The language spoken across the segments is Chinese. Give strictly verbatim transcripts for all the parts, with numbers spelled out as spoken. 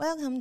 Welcome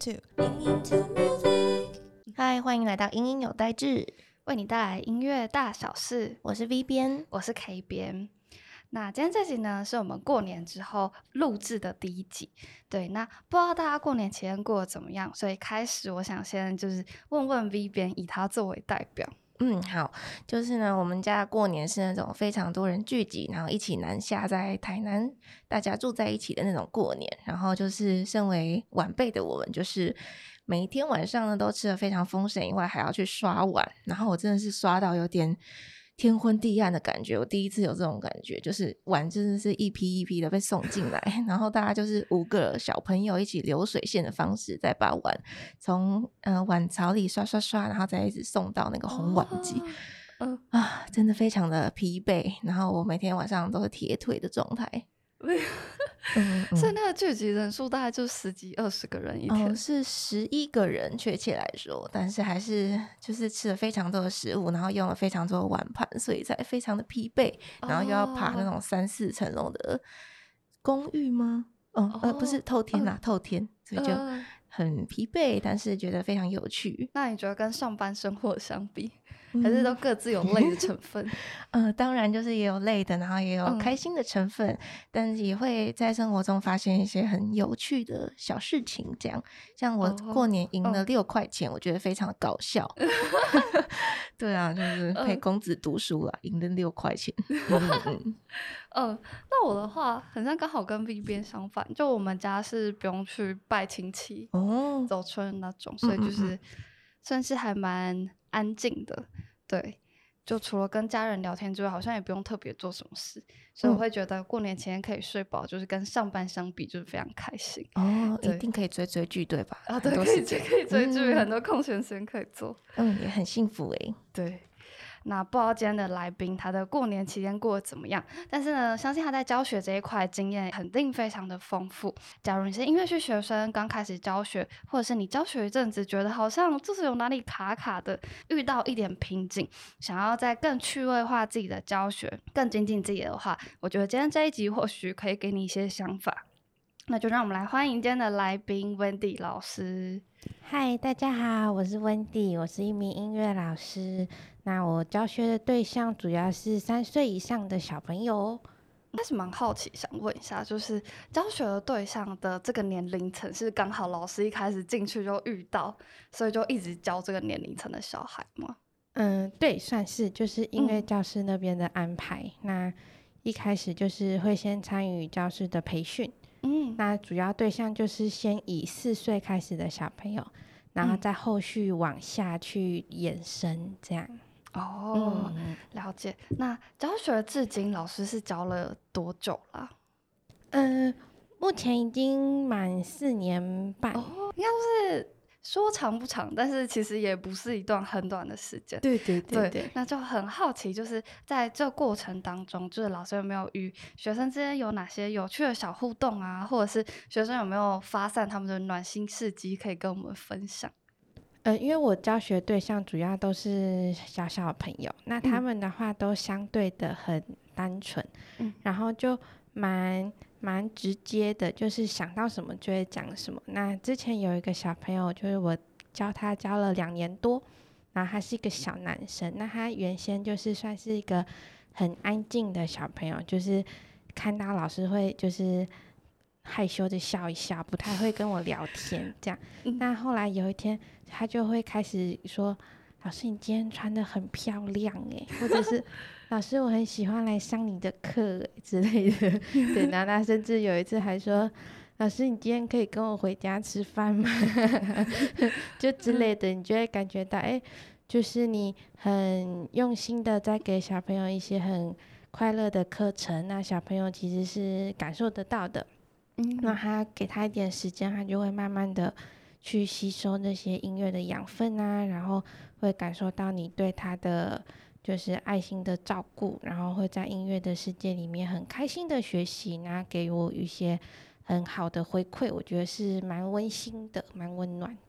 to 嗨，欢迎来到音音有代志， 为你带来音乐大小事。 我是 V 编， 我是 K 编。那今天这集呢，是我们过年之后录制的第一集。对，那不知道大家过年期间过得怎么样？所以开始，我想先就是问问 V 编，以他作为代表。 嗯，好，就是呢，我们家过年是那种非常多人聚集，然后一起南下在台南，大家住在一起的那种过年。然后就是身为晚辈的我们，就是每一天晚上呢都吃得非常丰盛，以外还要去刷碗。然后我真的是刷到有点天昏地暗的感觉，我第一次有这种感觉，就是碗真的是一批一批的被送进来，然后大家就是五个小朋友一起流水线的方式，再把碗从呃碗槽里刷刷刷，然后再一直送到那个红碗机。 哦呃、 啊，真的非常的疲惫，然后我每天晚上都是铁腿的状态。 嗯嗯，所以那个聚集人数大概就十几二十个人一天。 哦，是十一个人确切来说，但是还是就是吃了非常多的食物，然后用了非常多的碗盘，所以才非常的疲惫，然后又要爬那种三四层楼的公寓吗？哦，哦呃，不是透天啦，呃、透天，所以就很疲惫，但是觉得非常有趣。 那你觉得跟上班生活相比，还是都各自有累的成分？ 嗯、呃，当然就是也有累的，然后也有开心的成分，嗯、但是也会在生活中发现一些很有趣的小事情。这样，像我过年赢了六块钱，哦、我觉得非常的搞笑。对啊，就是陪公子读书啦，赢了六块钱。嗯嗯，那我的话，好像刚好跟 V 编相反，就我们家是不用去拜亲戚、哦、走春那种，所以就是算是还蛮安静的。对，就除了跟家人聊天之外，好像也不用特别做什么事，所以我会觉得过年前可以睡饱，就是跟上班相比，就是非常开心。 哦，一定可以追追剧对吧？ 啊，对，可以可以追剧，嗯、很多空闲时间可以做。 嗯，也很幸福哎。 对。那不知道今天的来宾他的过年期间过得怎么样，但是呢，相信他在教学这一块经验肯定非常的丰富。假如你是音乐系学生，刚开始教学，或者是你教学一阵子，觉得好像就是有哪里卡卡的，遇到一点瓶颈，想要再更趣味化自己的教学，更精进自己的话，我觉得今天这一集或许可以给你一些想法。那就让我们来欢迎今天的来宾 Wendy 老师。 嗨，大家好，我是 Wendy， 我是一名音乐老师。那我教学的对象主要是三岁以上的小朋友。 但是蛮好奇，想问一下，就是教学的对象的这个年龄层是刚好老师一开始进去就遇到，所以就一直教这个年龄层的小孩吗？ 嗯，对，算是，就是音乐教室那边的安排。嗯、那一开始就是会先参与教室的培训。嗯，那主要对象就是先以四岁开始的小朋友，然后再后续往下去延伸，这样。 哦，嗯、了解。那教学至今，老师是教了多久啦？ 呃，目前已经满四年半。 哦，应该是说长不长，但是其实也不是一段很短的时间。 对对对 对, 对，那就很好奇，就是在这过程当中，就是老师有没有与学生之间有哪些有趣的小互动啊，或者是学生有没有发散他们的暖心事迹，可以跟我们分享？ 呃，因为我教学对象主要都是小小的朋友，那他们的话都相对的很单纯，嗯、然后就蛮蛮直接的，就是想到什么就会讲什么。那之前有一个小朋友，就是我教他教了两年多，然后他是一个小男生，那他原先就是算是一个很安静的小朋友，就是看到老师会就是害羞的笑一笑，不太会跟我聊天这样。那后来有一天他就会开始说，老师你今天穿得很漂亮耶，或者是老师我很喜欢来上你的课之类的。对，然后他甚至有一次还说，老师你今天可以跟我回家吃饭吗？就之类的，你就会感觉到哎，就是你很用心的在给小朋友一些很快乐的课程，那小朋友其实是感受得到的。嗯，那他给他一点时间，他就会慢慢的去吸收那些音乐的养分啊，然后会感受到你对他的就是爱心的照顾，然后会在音乐的世界里面很开心的学习，那给我一些很好的回馈，我觉得是蛮温馨的，蛮温暖的。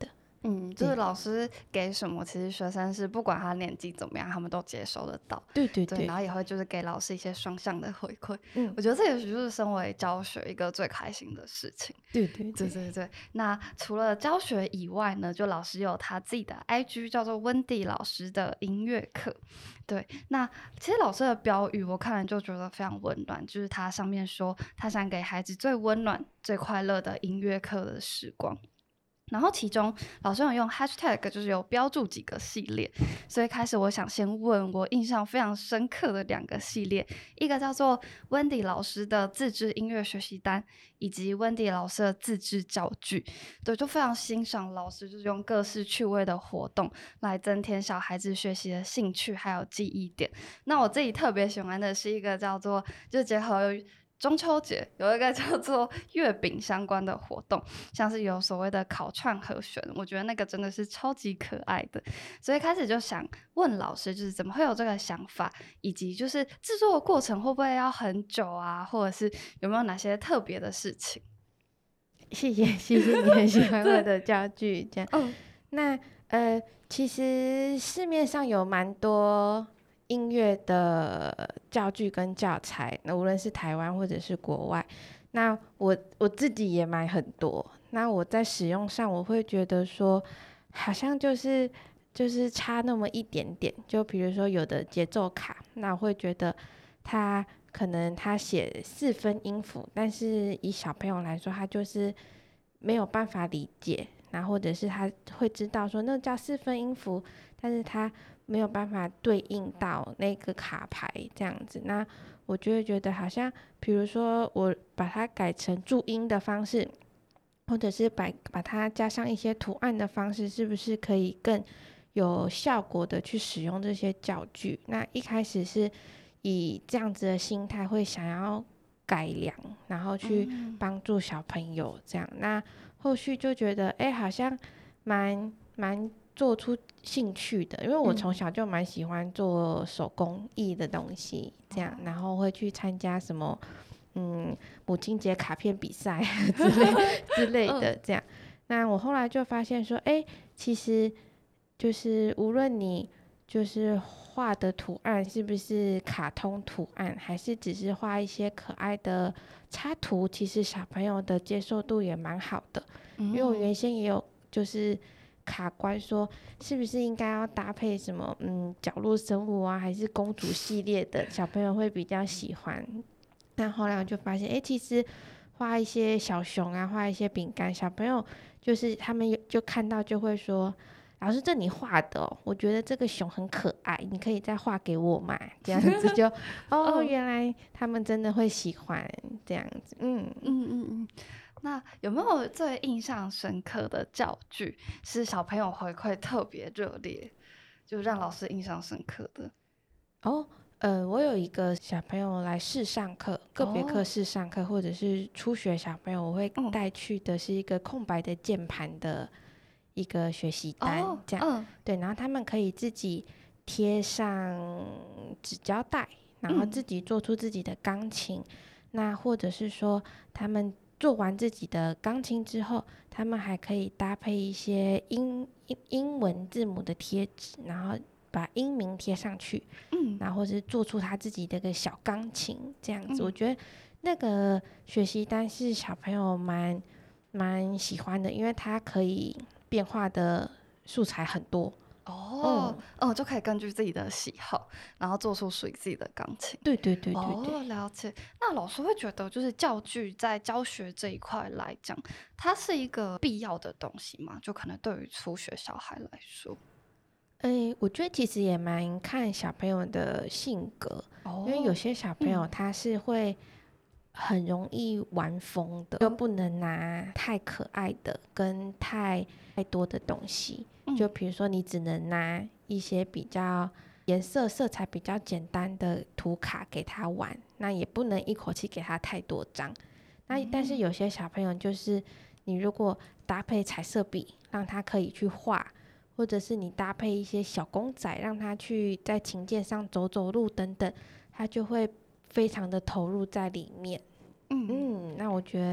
嗯，就是老师给什么，其实学生是不管他年纪怎么样，他们都接收得到。 对对对， 然后也会就是给老师一些双向的回馈。 嗯， 我觉得这也许就是身为教学一个最开心的事情。 对对对对对。那除了教学以外呢，就老师有他自己的 I G 叫做温蒂老师的音乐课。对，那其实老师的标语我看了就觉得非常温暖，就是他上面说他想给孩子最温暖、最快乐的音乐课的时光。然后其中老师有用 hashtag 就是有标注几个系列，所以开始我想先问我印象非常深刻的两个系列，一个叫做温迪老师的自制音乐学习单，以及温迪老师的自制教具。对，就非常欣赏老师就是用各式趣味的活动来增添小孩子学习的兴趣还有记忆点。那我自己特别喜欢的是一个叫做就结合中秋节有一个叫做月饼相关的活动，像是有所谓的烤串和弦，我觉得那个真的是超级可爱的，所以开始就想问老师，就是怎么会有这个想法，以及就是制作的过程会不会要很久啊，或者是有没有哪些特别的事情？ 谢谢谢谢你很喜欢我的教具，这样。嗯，那呃，其实市面上有蛮多音乐的教具跟教材，那无论是台湾或者是国外，那我我自己也买很多。那我在使用上，我会觉得说，好像就是就是差那么一点点。就比如说有的节奏卡，那我会觉得它可能它写四分音符，但是以小朋友来说，他就是没有办法理解，然后或者是他会知道说那叫四分音符，但是他没有办法对应到那个卡牌这样子。那我就会觉得好像比如说我把它改成注音的方式，或者是把把它加上一些图案的方式，是不是可以更有效果的去使用这些教具？那一开始是以这样子的心态会想要改良，然后去帮助小朋友这样。那后续就觉得哎、欸，好像蛮蛮做出兴趣的，因为我从小就蛮喜欢做手工艺的东西这样，然后会去参加什么嗯母亲节卡片比赛之类之类的这样。那我后来就发现说哎、欸，其实就是无论你就是画的图案是不是卡通图案，还是只是画一些可爱的插图，其实小朋友的接受度也蛮好的。嗯、因为我原先也有就是卡关说是不是应该要搭配什么嗯角落生物啊，还是公主系列的小朋友会比较喜欢。但后来我就发现哎、欸，其实画一些小熊啊，画一些饼干，小朋友就是他们就看到就会说老师这你画的哦，我觉得这个熊很可爱，你可以再画给我嘛，这样子就哦原来他们真的会喜欢这样子。嗯嗯嗯嗯。那有没有最印象深刻的教具是小朋友回馈特别热烈，就让老师印象深刻的？ 哦呃，我有一个小朋友来试上课，个别课试上课、哦、或者是初学小朋友，我会带去的是一个空白的键盘的一个学习单、哦、这样、嗯、对，然后他们可以自己贴上纸胶带，然后自己做出自己的钢琴、嗯、那或者是说他们做完自己的钢琴之后，他们还可以搭配一些英英文字母的贴纸，然后把英名贴上去，嗯，然后或是做出他自己的一个小钢琴这样子、嗯、我觉得那个学习单是小朋友蛮蛮喜欢的，因为它可以变化的素材很多哦，嗯，就可以根据自己的喜好，然后做出属于自己的钢琴。 对对对对对， 哦，了解。那老师会觉得，就是教具在教学这一块来讲，它是一个必要的东西吗？就可能对于初学小孩来说， 诶、欸，我觉得其实也蛮看小朋友的性格，哦、因为有些小朋友他是会很容易玩疯的，就、嗯、不能拿太可爱的跟太太多的东西。就比如说你只能拿一些比较颜色色彩比较简单的图卡给他玩，那也不能一口气给他太多张。那但是有些小朋友就是你如果搭配彩色笔让他可以去画，或者是你搭配一些小公仔让他去在琴键上走走路等等，他就会非常的投入在里面。嗯嗯，那我觉得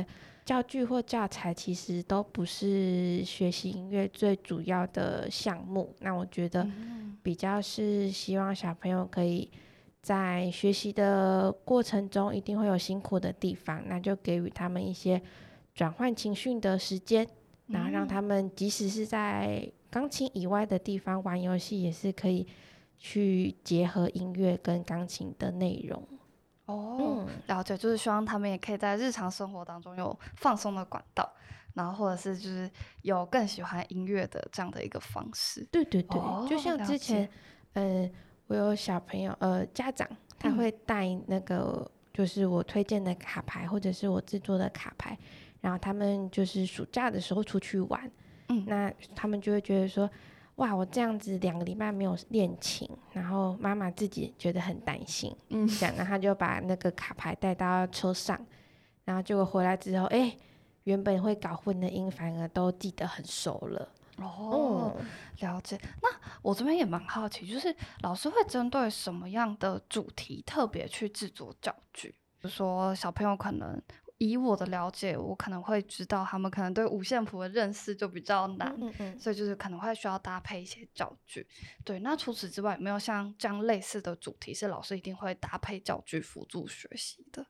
教具或教材其实都不是学习音乐最主要的项目。那我觉得比较是希望小朋友可以在学习的过程中一定会有辛苦的地方，那就给予他们一些转换情绪的时间，然后让他们即使是在钢琴以外的地方玩游戏，也是可以去结合音乐跟钢琴的内容。 哦、嗯，了解，就是希望他们也可以在日常生活当中有放松的管道，然后或者是就是有更喜欢音乐的这样的一个方式。 对对对， 哦、 就像之前，呃，我有小朋友，呃，家长他会带那个、嗯、就是我推荐的卡牌或者是我制作的卡牌，然后他们就是暑假的时候出去玩，嗯，那他们就会觉得说，哇，我这样子两个礼拜没有练琴，然后妈妈自己觉得很担心，嗯，这样，然后他就把那个卡牌带到车上，然后结果回来之后，哎，原本会搞混的音反而都记得很熟了。 哦、嗯，了解。那我这边也蛮好奇，就是老师会针对什么样的主题特别去制作教具？比如说小朋友可能。以我的了解，我可能会知道他们可能对五线谱的认识就比较难，嗯嗯，所以就是可能会需要搭配一些教具。对，那除此之外，有没有像这样类似的主题是老师一定会搭配教具辅助学习的？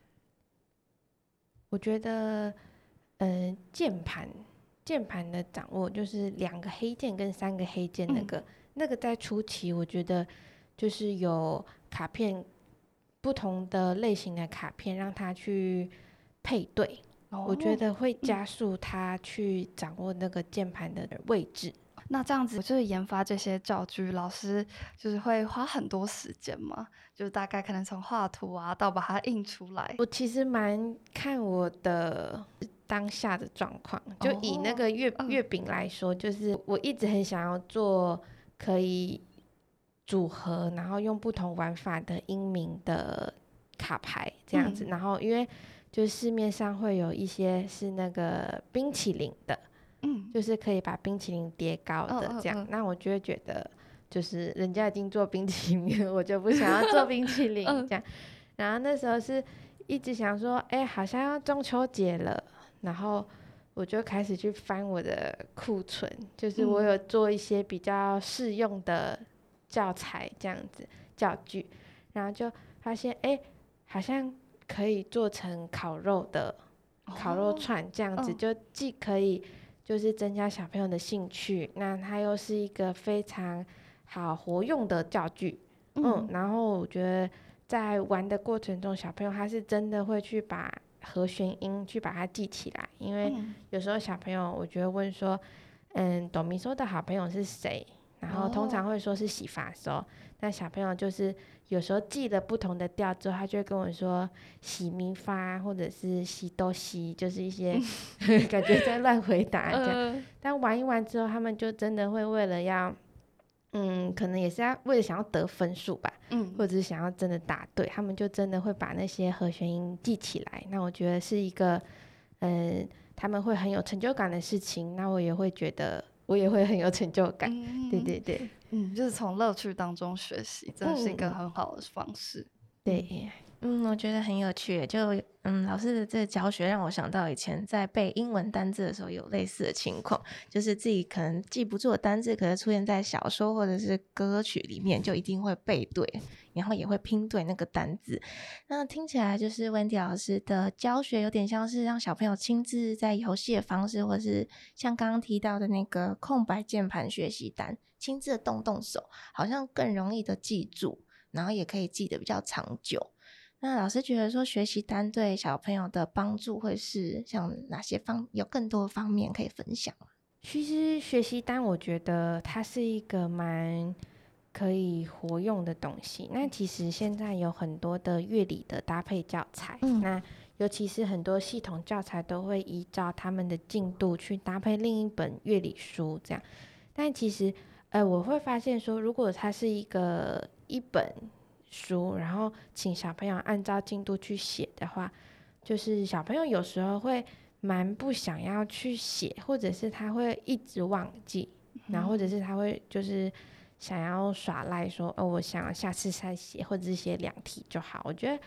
我觉得，呃，键盘键盘的掌握，就是两个黑键跟三个黑键那个，嗯、那个在初期，我觉得就是有卡片不同的类型的卡片，让他去配对，哦、我觉得会加速他去掌握那个键盘的位置。 嗯、那这样子就是研发这些教具，老师就是会花很多时间吗？就是大概可能从画图啊到把它印出来。 我其实蛮看我的当下的状况，就以那个月、哦、月饼来说，就是我一直很想要做可以组合，然后用不同玩法的音名的卡牌这样子，嗯、然后因为就市面上会有一些是那个冰淇淋的，嗯，就是可以把冰淇淋叠高的这样，哦哦哦，那我就会觉得就是人家已经做冰淇淋了，我就不想要做冰淇淋这样。然后那时候是一直想说，哎、欸，好像要中秋节了，然后我就开始去翻我的库存，就是我有做一些比较适用的教材这样子教具，然后就发现，哎、欸，好像可以做成烤肉的烤肉串这样子，哦、就既可以就是增加小朋友的兴趣，那它又是一个非常好活用的教具，嗯，嗯然后我觉得在玩的过程中，小朋友他是真的会去把和弦音去把它记起来，因为有时候小朋友我觉得问说，嗯，哆咪嗦的好朋友是谁？然后通常会说是洗发嗦，那、哦、小朋友就是有时候记了不同的调之后，他就会跟我说洗咪发或者是洗哆西，就是一些感觉在乱回答这样、呃、但玩一玩之后，他们就真的会为了要嗯，可能也是要为了想要得分数吧，嗯，或者是想要真的答对，他们就真的会把那些和弦音记起来。那我觉得是一个，嗯，他们会很有成就感的事情。那我也会觉得，我也会很有成就感。嗯、对对对， 嗯，就是从乐趣当中学习，真的是一个很好的方式。 嗯、对。 嗯，我觉得很有趣，就嗯，老师的这个教学让我想到以前在背英文单字的时候有类似的情况，就是自己可能记不住的单字，可是出现在小说或者是歌曲里面，就一定会背对，然后也会拼对那个单字。那听起来就是 Wendy 老师的教学有点像是让小朋友亲自在游戏的方式，或是像刚刚提到的那个空白键盘学习单，亲自的动动手，好像更容易的记住，然后也可以记得比较长久。那老师觉得说学习单对小朋友的帮助会是像哪些方有更多方面可以分享吗？ 其实学习单我觉得它是一个蛮可以活用的东西。那其实现在有很多的乐理的搭配教材，嗯、那尤其是很多系统教材都会依照他们的进度去搭配另一本乐理书这样。但其实呃，我会发现说，如果它是一个一本书，然后请小朋友按照进度去写的话，就是小朋友有时候会蛮不想要去写，或者是他会一直忘记，然后或者是他会就是想要耍赖说，哦，我想要下次再写，或者是写两题就好。我觉得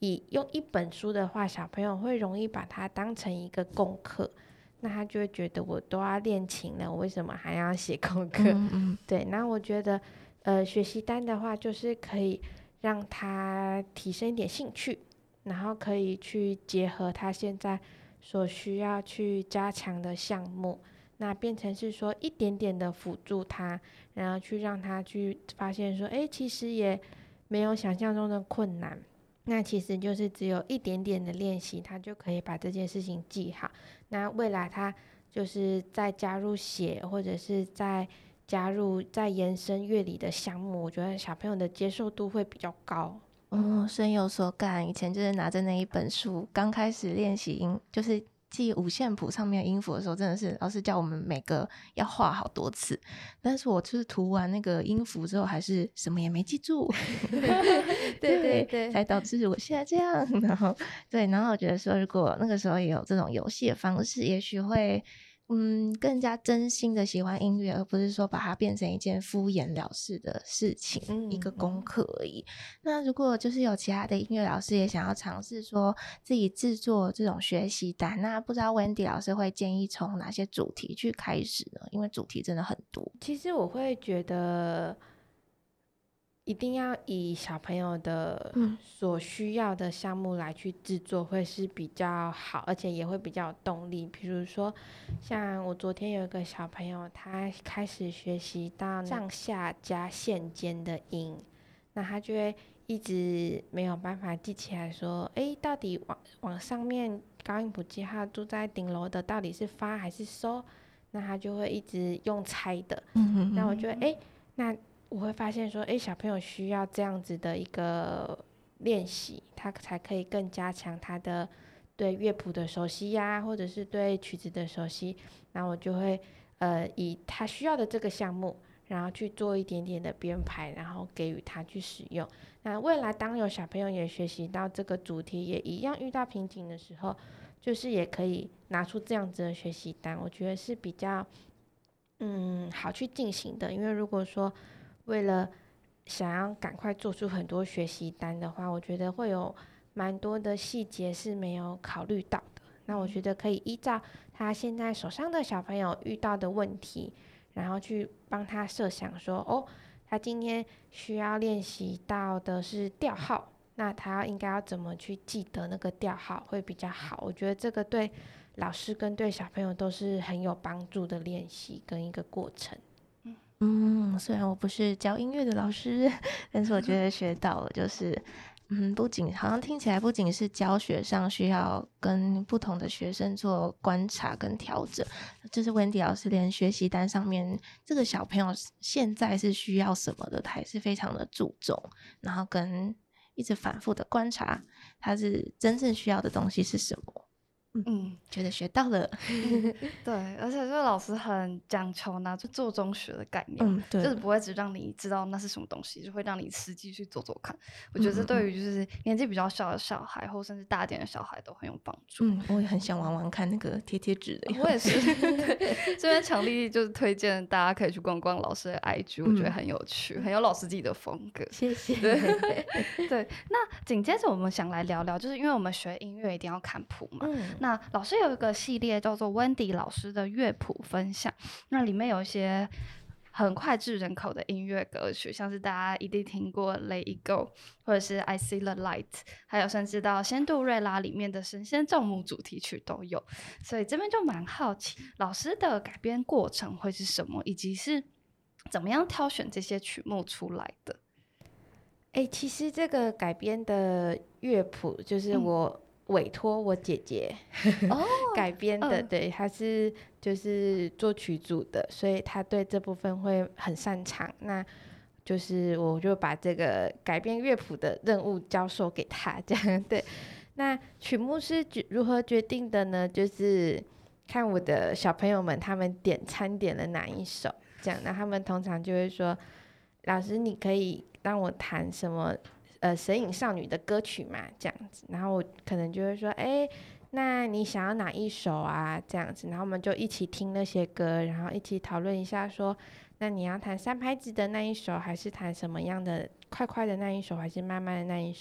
以用一本书的话，小朋友会容易把它当成一个功课，那他就会觉得我都要练琴了，我为什么还要写功课？ 嗯嗯对，那我觉得呃学习单的话，就是可以让他提升一点兴趣，然后可以去结合他现在所需要去加强的项目，那变成是说一点点的辅助他，然后去让他去发现说，哎，其实也没有想象中的困难。那其实就是只有一点点的练习，他就可以把这件事情记好。那未来他就是再加入写，或者是再加入再延伸乐理的项目，我觉得小朋友的接受度会比较高。 哦，深有所感。以前就是拿着那一本书，刚开始练习音，就是记五线谱上面的音符的时候，真的是老师叫我们每个要画好多次。但是我就是涂完那个音符之后，还是什么也没记住。 对对对， 才导致我现在这样。然后对，然后我觉得说，如果那个时候也有这种游戏的方式，也许会嗯更加真心的喜欢音乐，而不是说把它变成一件敷衍了事的事情， 嗯一个功课而已。那如果就是有其他的音乐老师也想要尝试说自己制作这种学习单，那不知道 Wendy 老师会建议从哪些主题去开始呢？因为主题真的很多。 其实我会觉得一定要以小朋友的嗯所需要的项目来去制作会是比较好，而且也会比较有动力。比如说像我昨天有一个小朋友，他开始学习到上下加线间的音，那他就会一直没有办法记起来说，诶，到底往往上面高音谱记号住在顶楼的到底是发还是收，那他就会一直用猜的。 嗯嗯那我觉得诶，那我会发现说，诶，小朋友需要这样子的一个练习，他才可以更加强他的对乐谱的熟悉呀、啊，或者是对曲子的熟悉。那我就会呃以他需要的这个项目，然后去做一点点的编排，然后给予他去使用。那未来当有小朋友也学习到这个主题，也一样遇到瓶颈的时候，就是也可以拿出这样子的学习单，我觉得是比较嗯好去进行的。因为如果说为了想要赶快做出很多学习单的话，我觉得会有蛮多的细节是没有考虑到的。那我觉得可以依照他现在手上的小朋友遇到的问题，然后去帮他设想说，哦，他今天需要练习到的是调号，那他应该要怎么去记得那个调号会比较好。我觉得这个对老师跟对小朋友都是很有帮助的练习跟一个过程。 嗯，虽然我不是教音乐的老师，但是我觉得学到了，就是嗯，不仅好像听起来不仅是教学上需要跟不同的学生做观察跟调整，就是 Wendy 老师连学习单上面这个小朋友现在是需要什么的，他也是非常的注重，然后跟一直反复的观察他是真正需要的东西是什么。 嗯， 觉得学到了。 对，而且这个老师很讲求呢，就做中学的概念， 嗯，对， 就是不会只让你知道那是什么东西，就会让你实际去做做看。我觉得这嗯嗯对于就是年纪比较小的小孩，或甚至大一点的小孩都很有帮助。 嗯，我也很想玩玩看那个贴贴纸的。 我也是，这边强力就是推荐大家可以去逛逛老师的 I G，、嗯、我觉得很有趣，很有老师自己的风格。 谢谢。 对对，那紧接着我们想来聊聊，就是因为我们学音乐一定要看谱嘛。嗯，那老师有一个系列叫做 Wendy 老师的乐谱分享，那里面有一些很脍炙人口的音乐歌曲，像是大家一定听过 Let It Go 或者是 I See the Light， 还有甚至到仙杜瑞拉里面的神仙咒母主题曲都有。所以这边就蛮好奇老师的改编过程会是什么，以及是怎么样挑选这些曲目出来的。 欸，其实这个改编的乐谱就是我委托我姐姐、嗯、改编的、嗯、对，她是就是作曲组的，所以她对这部分会很擅长，那就是我就把这个改编乐谱的任务交授给她，这样。对，那曲目是如何决定的呢？就是看我的小朋友们他们点餐点了哪一首，这样，那他们通常就会说，老师你可以让我弹什么呃神隐少女的歌曲嘛，这样子，然后我可能就会说，哎，那你想要哪一首啊，这样子，然后我们就一起听那些歌，然后一起讨论一下说，那你要弹三拍子的那一首，还是弹什么样的快快的那一首，还是慢慢的那一首，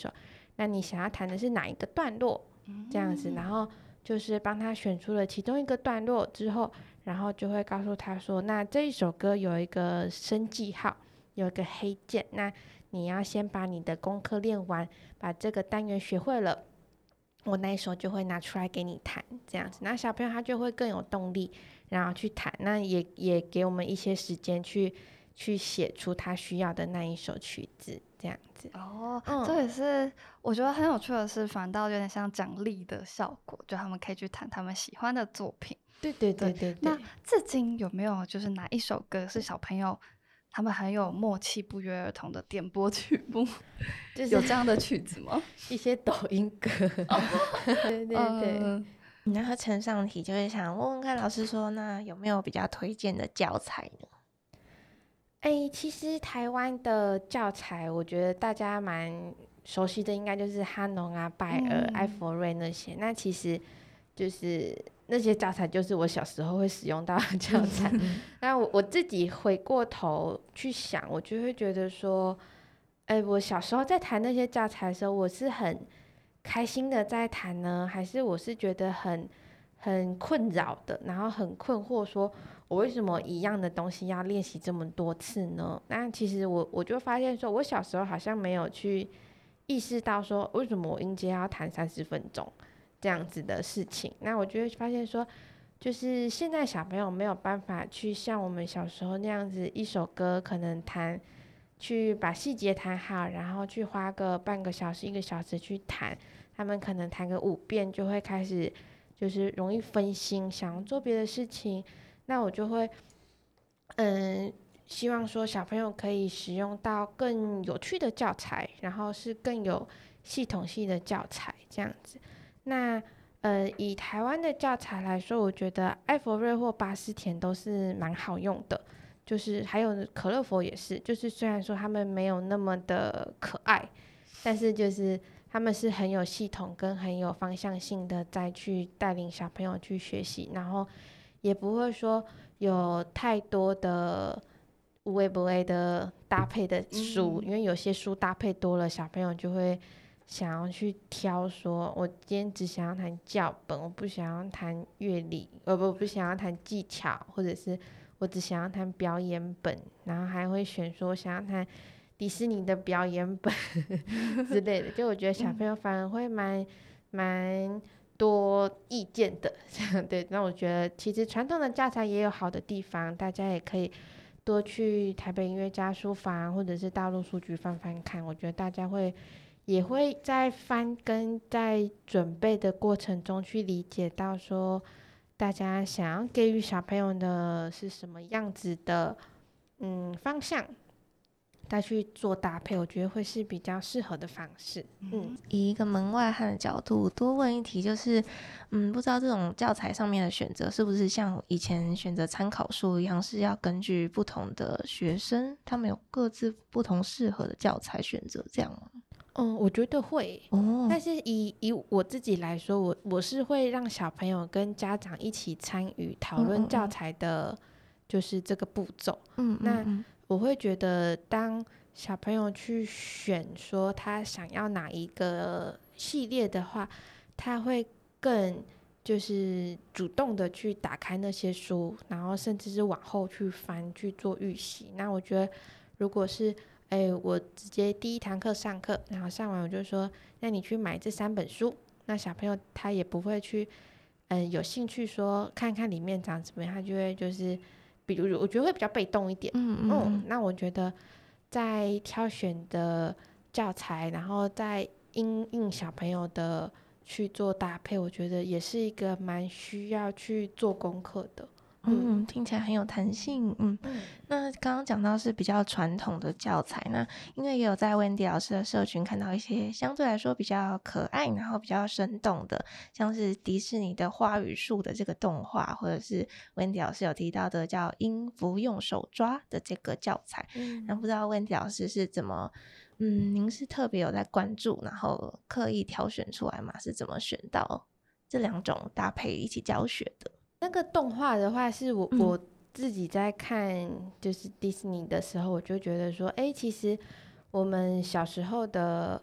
那你想要弹的是哪一个段落？这样子，然后就是帮他选出了其中一个段落之后，然后就会告诉他说，那这一首歌有一个升记号，有一个黑键，那你要先把你的功课练完，把这个单元学会了，我那一首就会拿出来给你弹，这样子，那小朋友他就会更有动力，然后去弹，那也也给我们一些时间去去写出他需要的那一首曲子，这样子。 哦， 嗯这也是我觉得很有趣的是，反倒有点像奖励的效果，就他们可以去弹他们喜欢的作品。 对对对对对。 那至今有没有就是哪一首歌是小朋友他们很有默契、不约而同的点播曲目？ 就是有这样的曲子吗？ 一些抖音歌。对对对。 嗯然后呈上题就会想问问看老师说，那有没有比较推荐的教材呢？ 哎、其实台湾的教材，我觉得大家蛮熟悉的，应该就是哈农啊、拜尔、 嗯艾佛瑞那些。那其实就是那些教材，就是我小时候会使用到的教材。那我我自己回过头去想，我就会觉得说，哎、我小时候在弹那些教材的时候，我是很开心的在弹呢，还是我是觉得很很困扰的，然后很困惑说，我为什么一样的东西要练习这么多次呢？那其实我我就发现说，我小时候好像没有去意识到说，为什么我音阶要弹三十分钟这样子的事情。那我就会发现说，就是现在小朋友没有办法去像我们小时候那样子，一首歌可能弹，去把细节弹好，然后去花个半个小时、一个小时去弹。他们可能弹个五遍就会开始就是容易分心，想要做别的事情。那我就会，嗯，希望说小朋友可以使用到更有趣的教材，然后是更有系统性的教材这样子。那呃，以台湾的教材来说，我觉得艾佛瑞或巴斯田都是蛮好用的，就是还有可乐佛也是，就是虽然说他们没有那么的可爱，但是就是他们是很有系统跟很有方向性的再去带领小朋友去学习，然后也不会说有太多的无微不微的搭配的书， 嗯因为有些书搭配多了，小朋友就会想要去挑说，我今天只想要弹教本，我不想要弹乐理，呃不不想要弹技巧，或者是我只想要弹表演本，然后还会选说想要弹迪士尼的表演本之类的，就我觉得小朋友反而会蛮蛮多意见的，这样对。那我觉得其实传统的教材也有好的地方，大家也可以多去台北音乐家书房或者是大陆书局翻翻看，我觉得大家会也会在翻跟在准备的过程中去理解到说，大家想要给予小朋友的是什么样子的嗯方向，再去做搭配，我觉得会是比较适合的方式。嗯， 以一个门外汉的角度多问一题，就是嗯，不知道这种教材上面的选择是不是像以前选择参考书一样，是要根据不同的学生，他们有各自不同适合的教材选择这样吗？ 嗯，我觉得会。 哦， 但是以以我自己来说，我我是会让小朋友跟家长一起参与讨嗯嗯嗯论教材的，就是这个步骤。 嗯， 那嗯我会觉得，当小朋友去选说他想要哪一个系列的话，他会更就是主动的去打开那些书，然后甚至是往后去翻去做预习。那我觉得，如果是哎，我直接第一堂课上课，然后上完我就说，那你去买这三本书。那小朋友他也不会去，嗯、有兴趣说看看里面长怎么样，他就会就是，比如我觉得会比较被动一点。 嗯嗯嗯嗯， 那我觉得在挑选的教材，然后在因应小朋友的去做搭配，我觉得也是一个蛮需要去做功课的。 嗯，听起来很有弹性。嗯， 嗯那刚刚讲到是比较传统的教材，那因为也有在 Wendy 老师的社群看到一些相对来说比较可爱，然后比较生动的，像是迪士尼的花语树的这个动画，或者是 Wendy 老师有提到的叫音符用手抓的这个教材。 嗯然后不知道 Wendy 老师是怎么，嗯，您是特别有在关注，然后刻意挑选出来吗？是怎么选到这两种搭配一起教学的？ 那个动画的话，是我、 嗯我自己在看就是迪士尼的时候，我就觉得说，哎、其实我们小时候的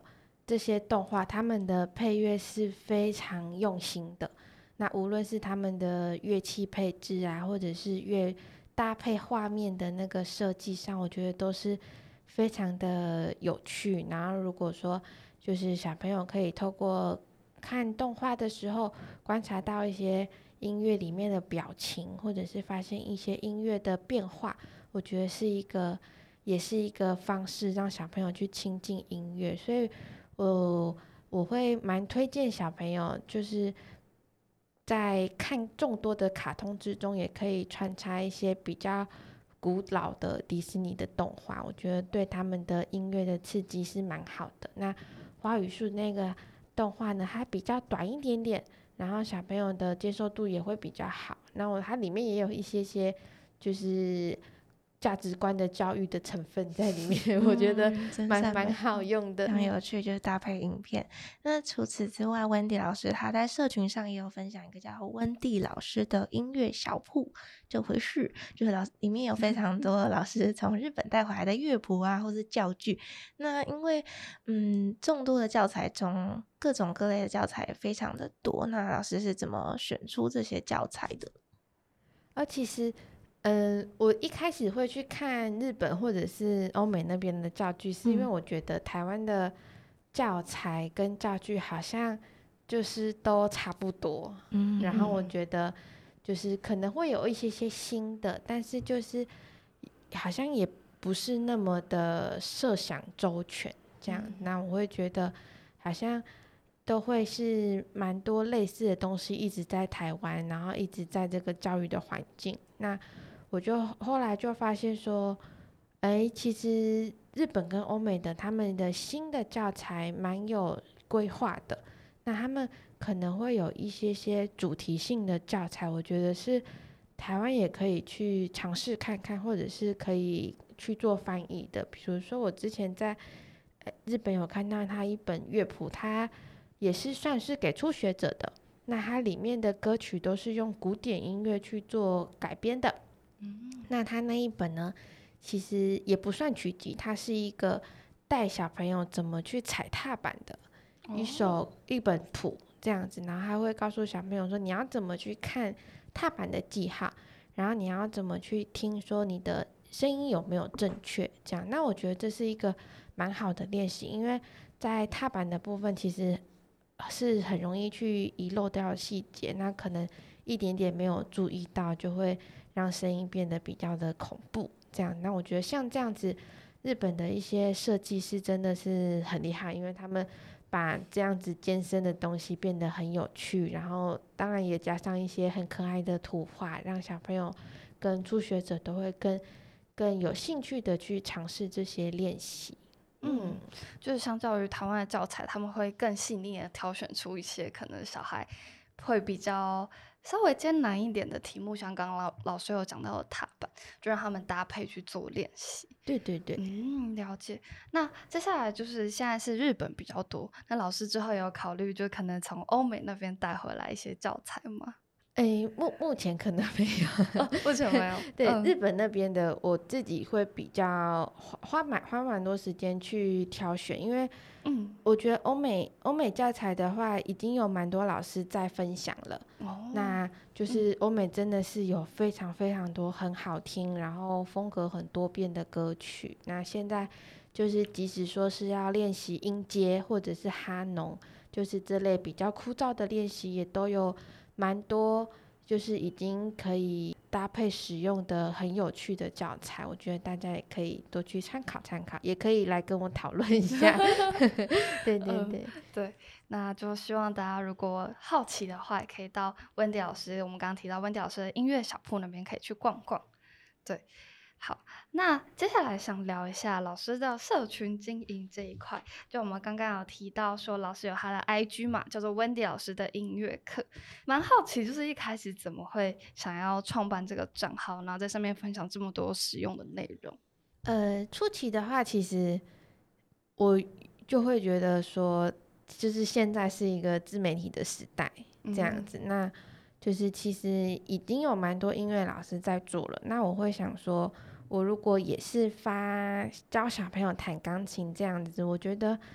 这些动画，他们的配乐是非常用心的。那无论是他们的乐器配置啊，或者是乐搭配画面的那个设计上，我觉得都是非常的有趣。然后如果说就是小朋友可以透过看动画的时候，观察到一些音乐里面的表情，或者是发现一些音乐的变化，我觉得是一个也是一个方式让小朋友去亲近音乐。所以我我会蛮推荐小朋友，就是在看众多的卡通之中，也可以穿插一些比较古老的迪士尼的动画，我觉得对他们的音乐的刺激是蛮好的。那花语树那个动画呢，它比较短一点点，然后小朋友的接受度也会比较好。那我它里面也有一些些就是价值观的教育的成分在里面，我觉得蛮蛮好用的， 很有趣，就是搭配影片。那除此之外，温蒂老师他在社群上也有分享一个叫温蒂老师的音乐小铺这回事，就是老里面有非常多老师从日本带回来的乐谱啊，或是教具。那因为嗯众多的教材中，各种各类的教材非常的多，那老师是怎么选出这些教材的？ 而其实嗯、呃，我一开始会去看日本或者是欧美那边的教具，是因为我觉得台湾的教材跟教具好像就是都差不多，嗯，然后我觉得就是可能会有一些些新的，但是就是好像也不是那么的设想周全这样，嗯，那我会觉得好像都会是蛮多类似的东西一直在台湾，然后一直在这个教育的环境。那我就后来就发现说，哎，其实日本跟欧美的他们的新的教材蛮有规划的，那他们可能会有一些些主题性的教材，我觉得是台湾也可以去尝试看看，或者是可以去做翻译的。比如说我之前在日本有看到他一本乐谱，它也是算是给初学者的，那它里面的歌曲都是用古典音乐去做改编的，嗯，那它那一本呢其实也不算曲集，它是一个带小朋友怎么去踩踏板的一首一本谱这样子，然后他会告诉小朋友说你要怎么去看踏板的记号，然后你要怎么去听说你的声音有没有正确这样。那我觉得这是一个蛮好的练习，因为在踏板的部分其实是很容易去遗漏掉细节，那可能一点点没有注意到就会让声音变得比较的恐怖这样。那我觉得像这样子日本的一些设计师真的是很厉害，因为他们把这样子艰深的东西变得很有趣，然后当然也加上一些很可爱的图画，让小朋友跟初学者都会更更有兴趣的去尝试这些练习。 嗯，就是相较于台湾的教材，他们会更细腻的挑选出一些可能小孩会比较稍微艰难一点的题目，像刚刚老老师有讲到的踏板，就让他们搭配去做练习。 对对对， 嗯，了解。那接下来就是现在是日本比较多，那老师之后有考虑就可能从欧美那边带回来一些教材吗？ 诶，目目前可能没有， 哦，目前没有。 对、 嗯， 日本那边的，我自己会比较花花蛮花蛮多时间去挑选，因为嗯，我觉得欧美欧美教材的话，已经有蛮多老师在分享了。哦，那就是欧美真的是有非常非常多很好听，然后风格很多变的歌曲。那现在就是即使说是要练习音阶或者是哈农，就是这类比较枯燥的练习，也都有蛮多就是已经可以搭配使用的很有趣的教材，我觉得大家也可以多去参考参考，也可以来跟我讨论一下。对对对、 嗯、对，那就希望大家如果好奇的话，也可以到温迪老师，我们刚刚提到温迪老师的音乐小铺那边可以去逛逛。对，好，那接下来想聊一下老师的社群经营这一块。就我们刚刚有提到说，老师有他的 I G 嘛，叫做温迪老师的音乐课。蛮好奇，就是一开始怎么会想要创办这个账号，然后在上面分享这么多实用的内容？ 呃，初期的话，其实我就会觉得说，就是现在是一个自媒体的时代，这样子，嗯、那就是其实已经有蛮多音乐老师在做了。那我会想说，我如果也是发教小朋友弹钢琴这样子，我觉得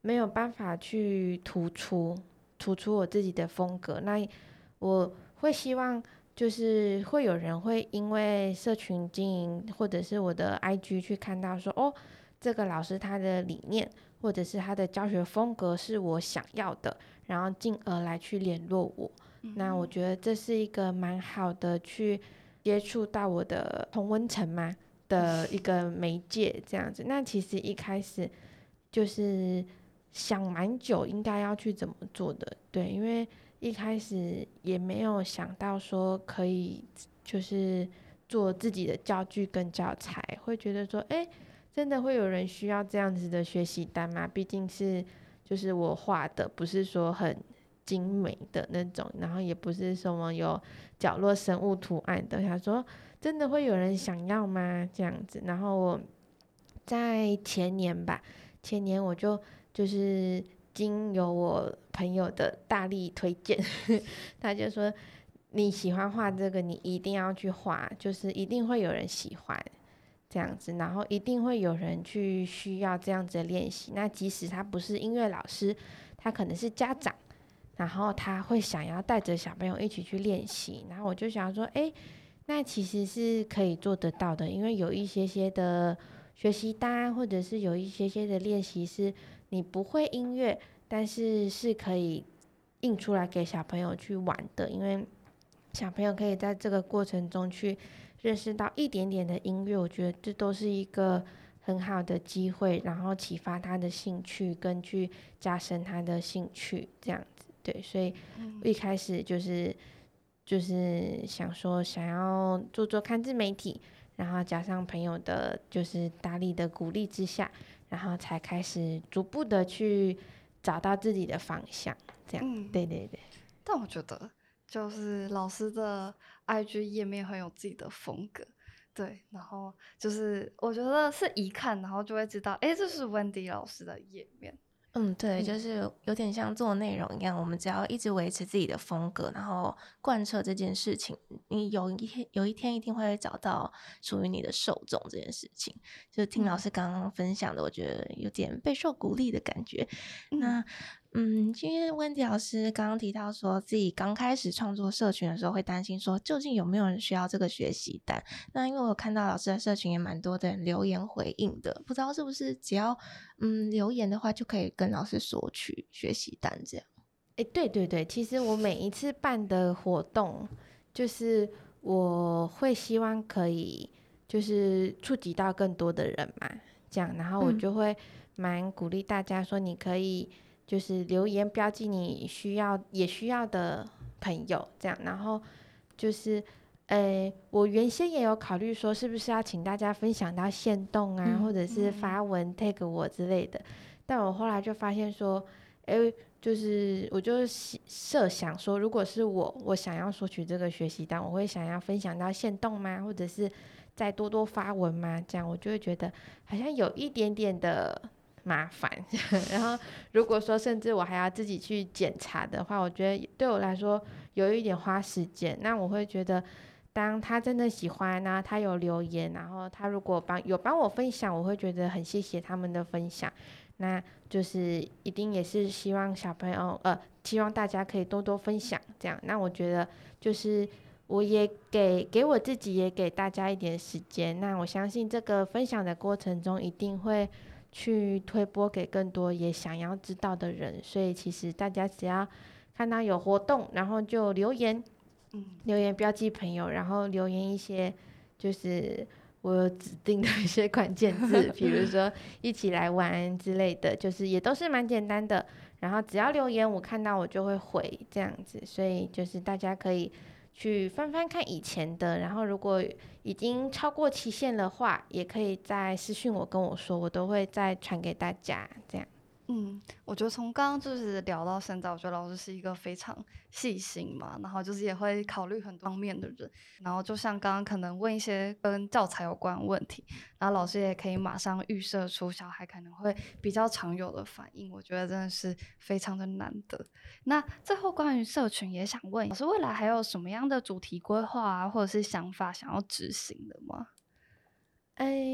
没有办法去突出突出我自己的风格。那我会希望就是会有人会因为社群经营或者是我的 I G 去看到说，哦，这个老师他的理念或者是他的教学风格是我想要的，然后进而来去联络我。嗯、那我觉得这是一个蛮好的去接触到我的同温层嘛的一个媒介这样子。那其实一开始就是想蛮久应该要去怎么做的，对，因为一开始也没有想到说可以就是做自己的教具跟教材，会觉得说哎、欸，真的会有人需要这样子的学习单吗？毕竟是就是我画的不是说很精美的那种，然后也不是什么有角落生物图案的，想说真的会有人想要吗？这样子。然后我在前年吧，前年我就就是经由我朋友的大力推荐他就说你喜欢画这个你一定要去画，就是一定会有人喜欢这样子，然后一定会有人去需要这样子的练习。那即使他不是音乐老师，他可能是家长，然后他会想要带着小朋友一起去练习。然后我就想说哎，那其实是可以做得到的，因为有一些些的学习单或者是有一些些的练习是你不会音乐但是是可以印出来给小朋友去玩的，因为小朋友可以在这个过程中去认识到一点点的音乐，我觉得这都是一个很好的机会，然后启发他的兴趣跟去加深他的兴趣这样子。对，所以一开始就是就是想说想要做做看自媒体，然后加上朋友的就是大力的鼓励之下，然后才开始逐步的去找到自己的方向这样、嗯、对对对。 但我觉得就是老师的 I G 页面很有自己的风格，对，然后就是我觉得是一看然后就会知道哎，这是 Wendy 老师的页面。 嗯，对，就是有点像做内容一样，我们只要一直维持自己的风格，然后贯彻这件事情，你有一天有一天一定会找到属于你的受众这件事情。就听老师刚刚分享的、嗯、我觉得有点备受鼓励的感觉。嗯那嗯，因为Wendy老师刚刚提到说自己刚开始创作社群的时候会担心说究竟有没有人需要这个学习单，那因为我看到老师的社群也蛮多的人留言回应的，不知道是不是只要嗯留言的话就可以跟老师索取学习单这样。 哎，对对对，其实我每一次办的活动就是我会希望可以就是触及到更多的人嘛，这样，然后我就会蛮鼓励大家说你可以就是留言标记你需要也需要的朋友这样，然后就是呃，我原先也有考虑说是不是要请大家分享到限动啊、嗯、或者是发文 tag 我之类的，但我后来就发现说哎，就是我就设想说如果是我我想要索取这个学习单，我会想要分享到限动吗，或者是再多多发文吗，这样我就会觉得好像有一点点的麻烦然后如果说甚至我还要自己去检查的话，我觉得对我来说有一点花时间。那我会觉得当他真的喜欢，然后他有留言，然后他如果帮有帮我分享，我会觉得很谢谢他们的分享，那就是一定也是希望小朋友呃，希望大家可以多多分享这样。那我觉得就是我也给给我自己也给大家一点时间，那我相信这个分享的过程中一定会去推播给更多也想要知道的人，所以其实大家只要看到有活动然后就留言、嗯、留言标记朋友，然后留言一些就是我有指定的一些关键字比如说一起来玩之类的，就是也都是蛮简单的，然后只要留言我看到我就会回这样子，所以就是大家可以去翻翻看以前的，然后如果已经超过期限的话也可以再私讯我跟我说，我都会再传给大家这样。 嗯，我觉得从刚刚就是聊到现在，我觉得老师是一个非常细心嘛，然后就是也会考虑很多方面的人，然后就像刚刚可能问一些跟教材有关的问题，然后老师也可以马上预设出小孩可能会比较常有的反应，我觉得真的是非常的难得。那最后关于社群也想问老师，未来还有什么样的主题规划啊，或者是想法想要执行的吗？ 哎，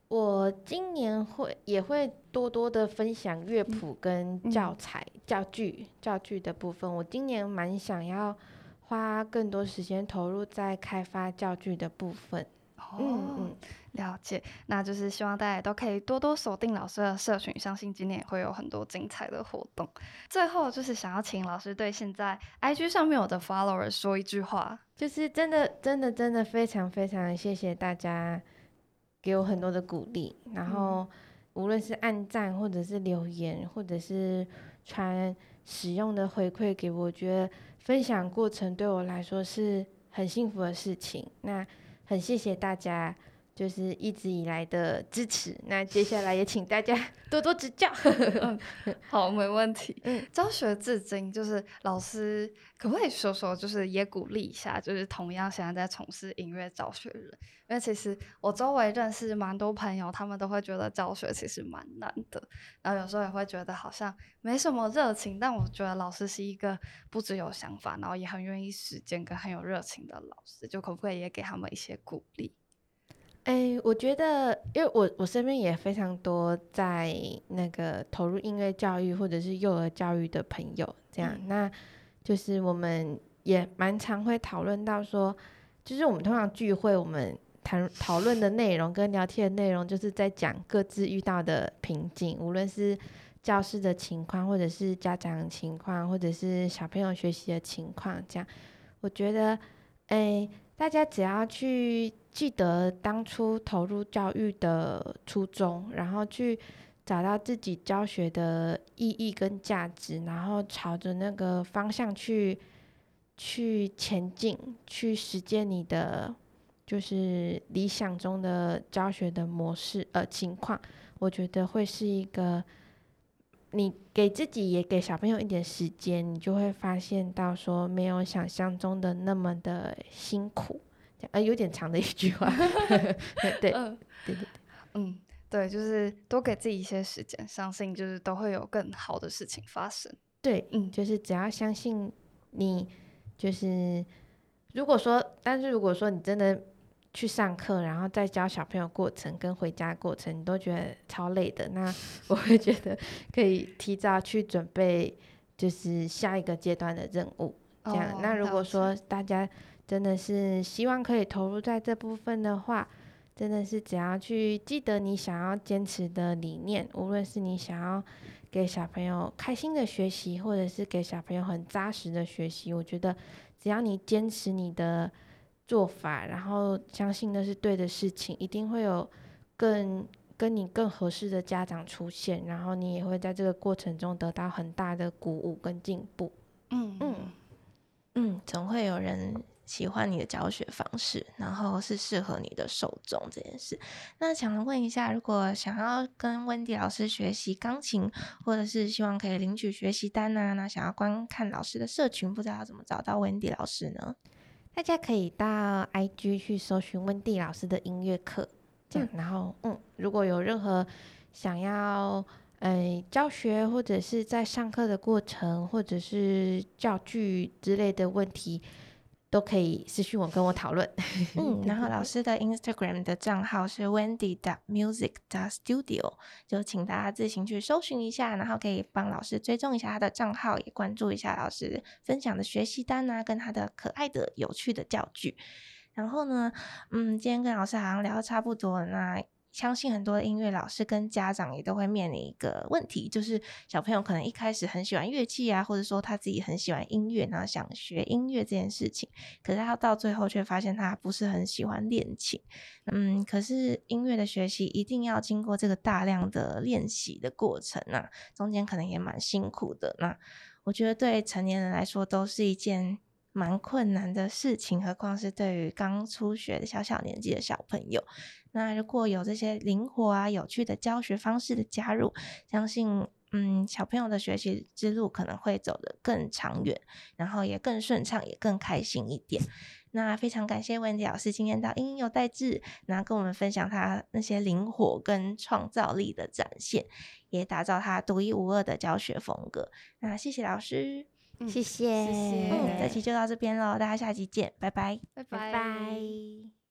我今年会也会多多的分享乐谱跟教材、嗯、教具教具的部分。我今年蛮想要花更多时间投入在开发教具的部分。 哦，嗯嗯，了解。那就是希望大家也都可以多多锁定老师的社群，相信今年也会有很多精彩的活动。最后就是想要请老师对现在 I G 上面我的 follower 说一句话， 就是真的真的真的非常非常谢谢大家给我很多的鼓励，然后无论是按赞或者是留言或者是传使用的回馈给我，我觉得分享过程对我来说是很幸福的事情。那很谢谢大家就是一直以来的支持，那接下来也请大家多多指教。 嗯、好，没问题。嗯，教学至今，就是老师可不可以说说，就是也鼓励一下，就是同样现在在从事音乐教学的人，因为其实我周围认识蛮多朋友，他们都会觉得教学其实蛮难的，然后有时候也会觉得好像没什么热情，但我觉得老师是一个不只有想法，然后也很愿意实践跟很有热情的老师，就可不可以也给他们一些鼓励？ 哎，我觉得，因为我我身边也非常多在那个投入音乐教育或者是幼儿教育的朋友，这样，嗯、那就是我们也蛮常会讨论到说，就是我们通常聚会，我们谈讨论的内容跟聊天的内容，就是在讲各自遇到的瓶颈，无论是教室的情况，或者是家长的情况，或者是小朋友学习的情况，这样，我觉得，哎，大家只要去记得当初投入教育的初衷，然后去找到自己教学的意义跟价值，然后朝着那个方向去去前进，去实践你的就是理想中的教学的模式呃情况，我觉得会是一个你给自己也给小朋友一点时间，你就会发现到说没有想象中的那么的辛苦。呃，有点长的一句话。对，嗯，对对对， 嗯，对，就是多给自己一些时间，相信就是都会有更好的事情发生。 对，嗯，就是只要相信你，就是如果说，但是如果说你真的去上课，然后再教小朋友过程跟回家过程，你都觉得超累的，那我会觉得可以提早去准备，就是下一个阶段的任务。这样，哦、那如果说大家真的是希望可以投入在这部分的话，真的是只要去记得你想要坚持的理念，无论是你想要给小朋友开心的学习，或者是给小朋友很扎实的学习，我觉得只要你坚持你的做法，然后相信那是对的事情，一定会有更跟你更合适的家长出现，然后你也会在这个过程中得到很大的鼓舞跟进步。 嗯嗯嗯，总会有人喜欢你的教学方式，然后是适合你的受众这件事。那想问一下，如果想要跟温迪老师学习钢琴，或者是希望可以领取学习单啊，那想要观看老师的社群，不知道要怎么找到温迪老师呢？ 大家可以到 I G 去搜寻温迪老师的音乐课，这样，嗯、然后嗯，如果有任何想要呃教学或者是在上课的过程，或者是教具之类的问题，都可以私讯我跟我讨论。 嗯，然后老师的 Instagram 的账号是 wendy dot music dot studio， 就请大家自行去搜寻一下，然后可以帮老师追踪一下他的账号，也关注一下老师分享的学习单啊，跟他的可爱的有趣的教具。然后呢，嗯，今天跟老师好像聊得差不多了，那相信很多的音乐老师跟家长也都会面临一个问题，就是小朋友可能一开始很喜欢乐器啊，或者说他自己很喜欢音乐，然后想学音乐这件事情，可是他到最后却发现他不是很喜欢练琴。嗯，可是音乐的学习一定要经过这个大量的练习的过程啊，中间可能也蛮辛苦的。那我觉得对成年人来说都是一件蛮困难的事情，何况是对于刚初学的小小年纪的小朋友。那如果有这些灵活啊有趣的教学方式的加入，相信嗯小朋友的学习之路可能会走得更长远，然后也更顺畅，也更开心一点。那非常感谢温迪老师今天到音有代志，然后跟我们分享他那些灵活跟创造力的展现，也打造他独一无二的教学风格。那谢谢老师。 嗯、谢谢， 谢谢。 嗯，这期就到这边咯，大家下期见，拜拜， 拜拜。 拜拜。